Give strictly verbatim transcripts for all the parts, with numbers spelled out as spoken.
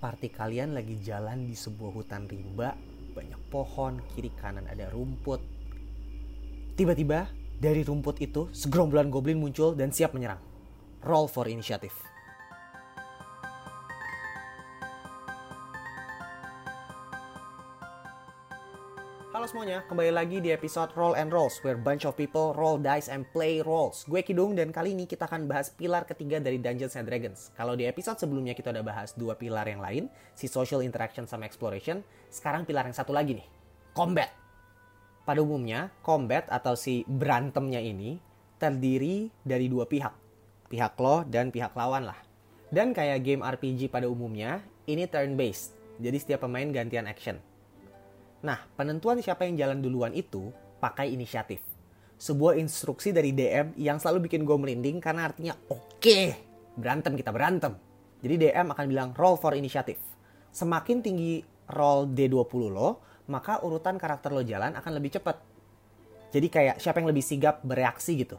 Seperti kalian lagi jalan di sebuah hutan rimba, banyak pohon, kiri kanan ada rumput. Tiba-tiba dari rumput itu segerombolan goblin muncul dan siap menyerang. Roll for initiative. Halo semuanya, kembali lagi di episode Roll and Rolls, where bunch of people roll dice and play roles. Gue Kidung, dan kali ini kita akan bahas pilar ketiga dari Dungeons and Dragons. Kalau di episode sebelumnya kita udah bahas dua pilar yang lain, si social interaction sama exploration. Sekarang pilar yang satu lagi nih, combat. Pada umumnya, combat atau si berantemnya ini terdiri dari dua pihak. Pihak lo dan pihak lawan lah. Dan kayak game R P G pada umumnya, ini turn-based. Jadi setiap pemain gantian action. Nah, penentuan siapa yang jalan duluan itu pakai inisiatif. Sebuah instruksi dari D M yang selalu bikin gue merinding karena artinya oke, okay, berantem kita berantem. Jadi D M akan bilang roll for initiative. Semakin tinggi roll D dua puluh lo, maka urutan karakter lo jalan akan lebih cepat. Jadi kayak siapa yang lebih sigap bereaksi gitu.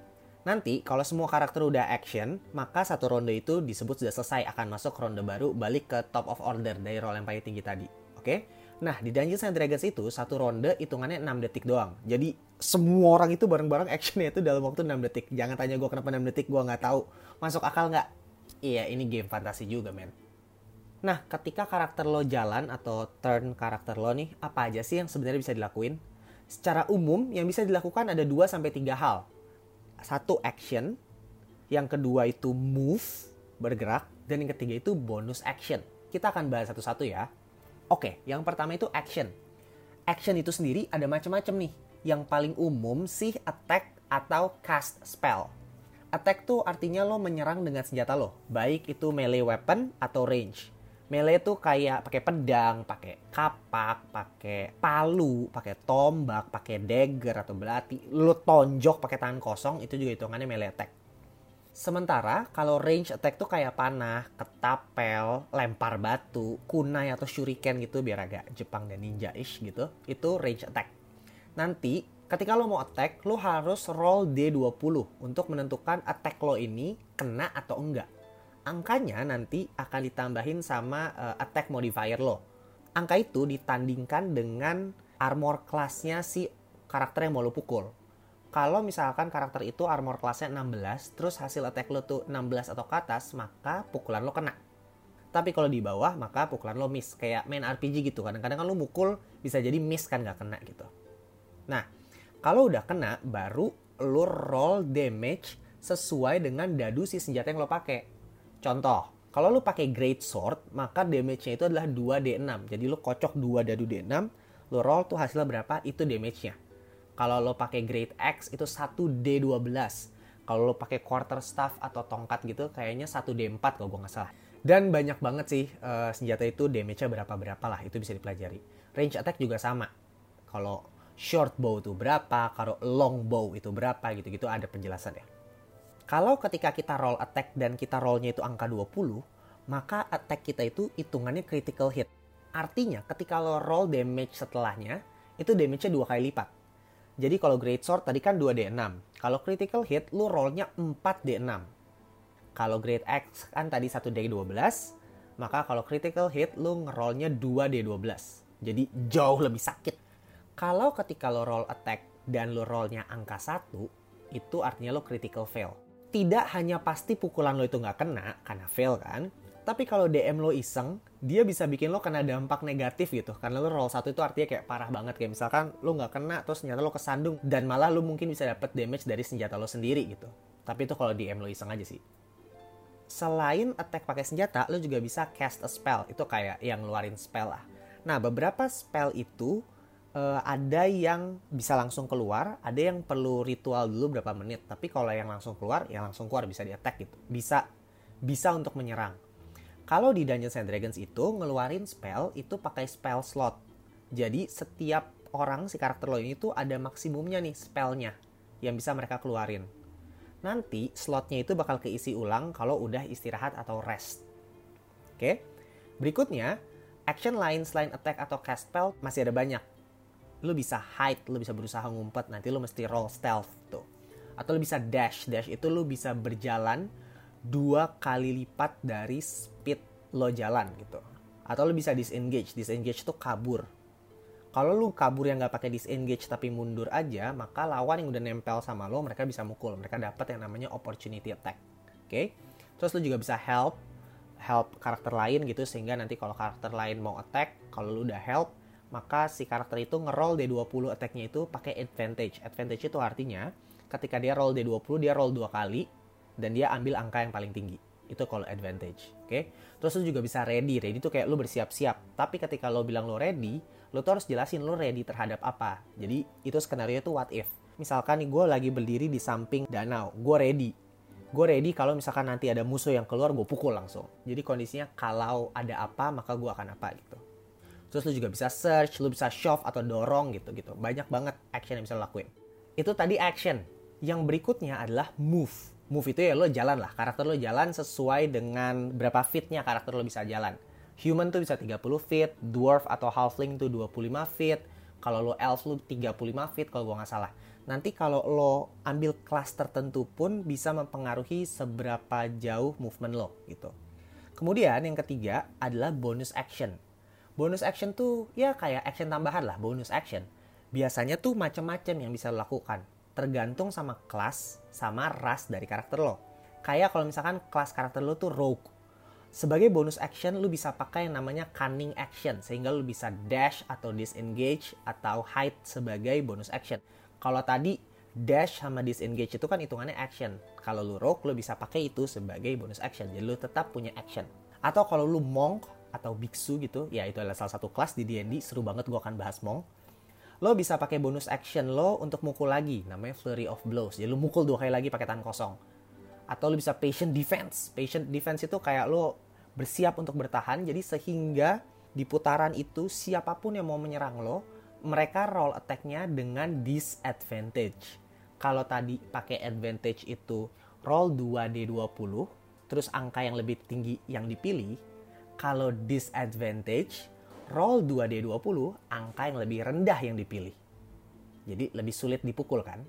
Nanti kalau semua karakter udah action, maka satu ronde itu disebut sudah selesai, akan masuk ronde baru balik ke top of order dari roll yang paling tinggi tadi. Oke? Okay? Nah, di Dungeons and Dragons itu, satu ronde hitungannya enam detik doang. Jadi, semua orang itu bareng-bareng actionnya itu dalam waktu enam detik. Jangan tanya gue kenapa enam detik, gue nggak tahu. Masuk akal nggak? Iya, ini game fantasi juga, men. Nah, ketika karakter lo jalan atau turn karakter lo nih, apa aja sih yang sebenarnya bisa dilakuin? Secara umum, yang bisa dilakukan ada dua sampai tiga hal. Satu, action. Yang kedua itu move, bergerak. Dan yang ketiga itu bonus action. Kita akan bahas satu-satu ya. Oke, yang pertama itu action. Action itu sendiri ada macam-macam nih. Yang paling umum sih attack atau cast spell. Attack tuh artinya lo menyerang dengan senjata lo. Baik itu melee weapon atau range. Melee tuh kayak pakai pedang, pakai kapak, pakai palu, pakai tombak, pakai dagger atau belati. Lo tonjok pakai tangan kosong, itu juga hitungannya melee attack. Sementara kalau range attack tuh kayak panah, ketapel, lempar batu, kunai atau shuriken gitu biar agak Jepang dan ninja-ish gitu. Itu range attack. Nanti ketika lo mau attack, lo harus roll D dua puluh untuk menentukan attack lo ini kena atau enggak. Angkanya nanti akan ditambahin sama uh, attack modifier lo. Angka itu ditandingkan dengan armor class-nya si karakter yang mau lo pukul. Kalau misalkan karakter itu armor kelasnya enam belas, terus hasil attack lo tuh enam belas atau ke atas, maka pukulan lo kena. Tapi kalau di bawah, maka pukulan lo miss. Kayak main R P G gitu. Kadang-kadang kan lo mukul, bisa jadi miss kan, gak kena gitu. Nah, kalau udah kena, baru lo roll damage sesuai dengan dadu si senjata yang lo pakai. Contoh, kalau lo pakai Great Sword, maka damage-nya itu adalah dua D enam. Jadi lo kocok dua dadu D enam, lo roll tuh hasilnya berapa, itu damage-nya. Kalau lo pakai Great Axe itu satu D dua belas. Kalau lo pakai quarter staff atau tongkat gitu kayaknya satu D empat kalau gue nggak salah. Dan banyak banget sih uh, senjata itu damage-nya berapa-berapa lah, itu bisa dipelajari. Range attack juga sama. Kalau short bow itu berapa, kalau long bow itu berapa gitu-gitu ada penjelasan ya. Kalau ketika kita roll attack dan kita rollnya itu angka dua puluh, maka attack kita itu hitungannya critical hit. Artinya ketika lo roll damage setelahnya, itu damage-nya dua kali lipat. Jadi kalau Great Sword tadi kan dua D enam. Kalau Critical Hit, lu rollnya empat D enam. Kalau Great Axe kan tadi satu D dua belas. Maka kalau Critical Hit, lu ngerollnya dua D dua belas. Jadi jauh lebih sakit. Kalau ketika lo roll attack dan lo rollnya angka satu, itu artinya lo critical fail. Tidak hanya pasti pukulan lo itu nggak kena, karena fail kan. Tapi kalau D M lo iseng, dia bisa bikin lo kena dampak negatif gitu. Karena lo roll satu itu artinya kayak parah banget. Kayak misalkan lo gak kena, terus senjata lo kesandung. Dan malah lo mungkin bisa dapet damage dari senjata lo sendiri gitu. Tapi itu kalau D M lo iseng aja sih. Selain attack pakai senjata, lo juga bisa cast a spell. Itu kayak yang ngeluarin spell lah. Nah, beberapa spell itu uh, ada yang bisa langsung keluar. Ada yang perlu ritual dulu berapa menit. Tapi kalau yang langsung keluar, ya langsung keluar, bisa di attack gitu. Bisa, bisa untuk menyerang. Kalau di Dungeons and Dragons itu ngeluarin spell itu pakai spell slot. Jadi setiap orang si karakter lo ini tuh ada maksimumnya nih spellnya yang bisa mereka keluarin. Nanti slotnya itu bakal keisi ulang kalau udah istirahat atau rest. Oke. Berikutnya, action lain selain attack atau cast spell masih ada banyak. Lo bisa hide, lo bisa berusaha ngumpet, nanti lo mesti roll stealth tuh. Atau lo bisa dash. Dash itu lo bisa berjalan dua kali lipat dari speed lo jalan gitu. Atau lo bisa disengage. Disengage tuh kabur. Kalau lo kabur yang nggak pakai disengage tapi mundur aja, maka lawan yang udah nempel sama lo, mereka bisa mukul. Mereka dapat yang namanya opportunity attack. Oke? Okay? Terus lo juga bisa help. Help karakter lain gitu, sehingga nanti kalau karakter lain mau attack, kalau lo udah help, maka si karakter itu ngeroll D dua puluh attack-nya itu pakai advantage. Advantage itu artinya ketika dia roll D dua puluh, dia roll dua kali dan dia ambil angka yang paling tinggi. Itu kalau advantage. Oke? Okay? Terus lu juga bisa ready. Ready itu kayak lu bersiap-siap. Tapi ketika lo bilang lo ready, lo tuh harus jelasin lo ready terhadap apa. Jadi itu skenario itu what if. Misalkan nih gue lagi berdiri di samping danau. Gue ready. Gue ready kalau misalkan nanti ada musuh yang keluar, gue pukul langsung. Jadi kondisinya kalau ada apa, maka gue akan apa gitu. Terus lu juga bisa search, lu bisa shove atau dorong gitu-gitu. Banyak banget action yang bisa lo lakuin. Itu tadi action. Yang berikutnya adalah move. Move itu ya lo jalan lah. Karakter lo jalan sesuai dengan berapa feet-nya karakter lo bisa jalan. Human tuh bisa tiga puluh feet, dwarf atau halfling tuh dua puluh lima feet. Kalau lo elf lo tiga puluh lima feet kalau gue nggak salah. Nanti kalau lo ambil kelas tertentu pun bisa mempengaruhi seberapa jauh movement lo gitu. Kemudian yang ketiga adalah bonus action. Bonus action tuh ya kayak action tambahan lah, bonus action. Biasanya tuh macam-macam yang bisa lo lakukan. Tergantung sama kelas sama ras dari karakter lo. Kayak kalau misalkan kelas karakter lo tuh rogue. Sebagai bonus action lo bisa pakai yang namanya cunning action. Sehingga lo bisa dash atau disengage atau hide sebagai bonus action. Kalau tadi dash sama disengage itu kan hitungannya action. Kalau lo rogue lo bisa pakai itu sebagai bonus action. Jadi lo tetap punya action. Atau kalau lo monk atau biksu gitu, ya itu adalah salah satu kelas di D and D. Seru banget gue akan bahas monk. Lo bisa pakai bonus action lo untuk mukul lagi. Namanya flurry of blows. Jadi lo mukul dua kali lagi pakai tangan kosong. Atau lo bisa patient defense. Patient defense itu kayak lo bersiap untuk bertahan. Jadi sehingga di putaran itu siapapun yang mau menyerang lo, mereka roll attack-nya dengan disadvantage. Kalau tadi pakai advantage itu roll dua D dua puluh, terus angka yang lebih tinggi yang dipilih. Kalau disadvantage, roll dua D dua puluh, angka yang lebih rendah yang dipilih. Jadi lebih sulit dipukul kan?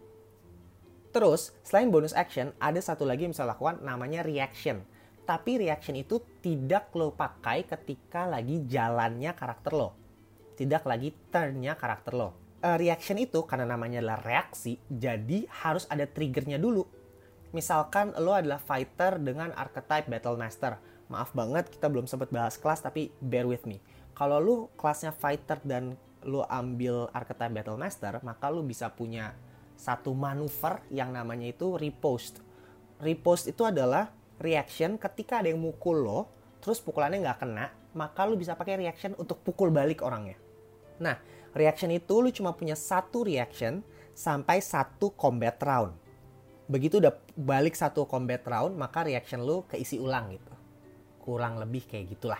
Terus, selain bonus action, ada satu lagi yang bisa lakukan namanya reaction. Tapi reaction itu tidak lo pakai ketika lagi jalannya karakter lo. Tidak lagi turn-nya karakter lo. Uh, reaction itu karena namanya adalah reaksi, jadi harus ada triggernya dulu. Misalkan lo adalah fighter dengan archetype Battle Master. Maaf banget kita belum sempat bahas kelas, tapi bear with me. Kalau lo kelasnya fighter dan lo ambil archetype Battle Master, maka lo bisa punya satu manuver yang namanya itu riposte. Riposte itu adalah reaction ketika ada yang mukul lo, terus pukulannya nggak kena, maka lo bisa pakai reaction untuk pukul balik orangnya. Nah, reaction itu lu cuma punya satu reaction sampai satu combat round. Begitu udah balik satu combat round, maka reaction lu keisi ulang gitu. Kurang lebih kayak gitulah.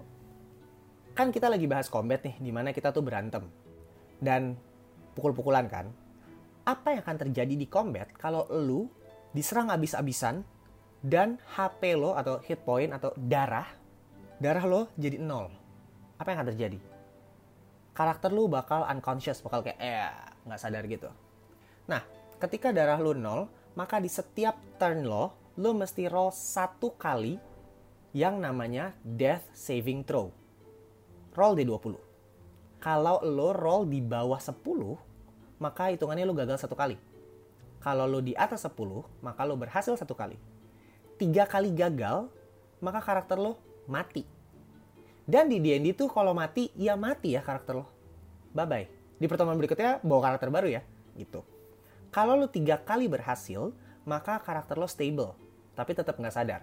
Kan kita lagi bahas combat nih, dimana kita tuh berantem. Dan pukul-pukulan kan. Apa yang akan terjadi di combat kalau lu diserang abis-abisan dan H P lo atau hit point atau darah, darah lo jadi nol. Apa yang akan terjadi? Karakter lu bakal unconscious, bakal kayak eh nggak sadar gitu. Nah, ketika darah lu nol, maka di setiap turn lo, lu mesti roll satu kali yang namanya death saving throw. Roll D dua puluh. Kalau lo roll di bawah sepuluh, maka hitungannya lu gagal satu kali. Kalau lo di atas sepuluh, maka lo berhasil satu kali. Tiga kali gagal, maka karakter lo mati. Dan di D and D tuh kalau mati, ya mati ya karakter lo. Bye-bye. Di pertemuan berikutnya, bawa karakter baru ya. Gitu. Kalau lo tiga kali berhasil, maka karakter lo stable. Tapi tetap nggak sadar.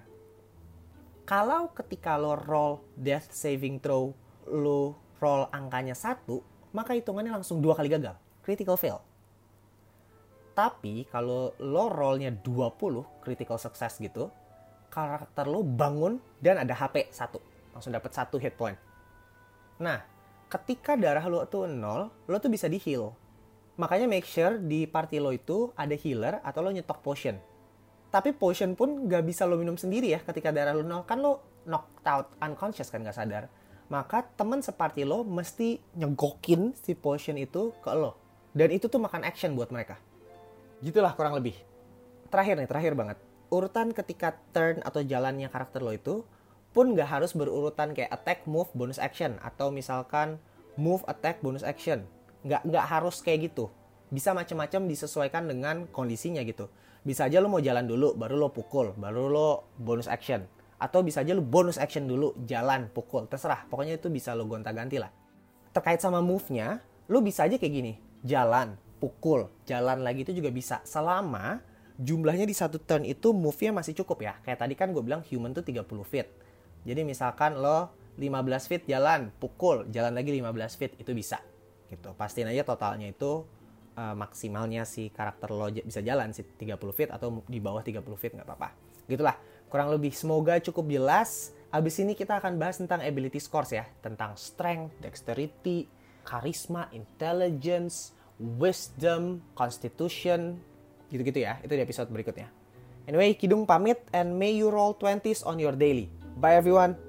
Kalau ketika lo roll death saving throw, lo roll angkanya satu, maka hitungannya langsung dua kali gagal. Critical fail. Tapi kalau lo rollnya dua puluh, critical success gitu, karakter lo bangun dan ada H P satu. Langsung dapat satu hit point. Nah, ketika darah lo tuh nol, lo tuh bisa di heal. Makanya make sure di party lo itu ada healer atau lo nyetok potion. Tapi potion pun gak bisa lo minum sendiri ya ketika darah lo nol. Kan lo knocked out, unconscious kan gak sadar. Maka teman separty lo mesti nyegokin si potion itu ke lo. Dan itu tuh makan action buat mereka. Gitulah kurang lebih. Terakhir nih, terakhir banget. Urutan ketika turn atau jalannya karakter lo itu, pun nggak harus berurutan kayak attack, move, bonus action. Atau misalkan move, attack, bonus action. Nggak, nggak harus kayak gitu. Bisa macam-macam disesuaikan dengan kondisinya gitu. Bisa aja lo mau jalan dulu, baru lo pukul, baru lo bonus action. Atau bisa aja lo bonus action dulu, jalan, pukul. Terserah, pokoknya itu bisa lo gonta-ganti lah. Terkait sama move-nya, lo bisa aja kayak gini. Jalan, pukul, jalan lagi itu juga bisa. Selama jumlahnya di satu turn itu move-nya masih cukup ya. Kayak tadi kan gue bilang human tuh tiga puluh feet. Jadi misalkan lo lima belas feet jalan, pukul, jalan lagi lima belas feet, itu bisa. Gitu. Pastiin aja totalnya itu uh, maksimalnya si karakter lo j- bisa jalan si tiga puluh feet atau di bawah tiga puluh feet nggak apa-apa. Gitulah. Kurang lebih semoga cukup jelas. Abis ini kita akan bahas tentang ability scores ya. Tentang strength, dexterity, charisma, intelligence, wisdom, constitution, gitu-gitu ya. Itu di episode berikutnya. Anyway, Kidung pamit and may you roll twenties on your daily. Bye everyone.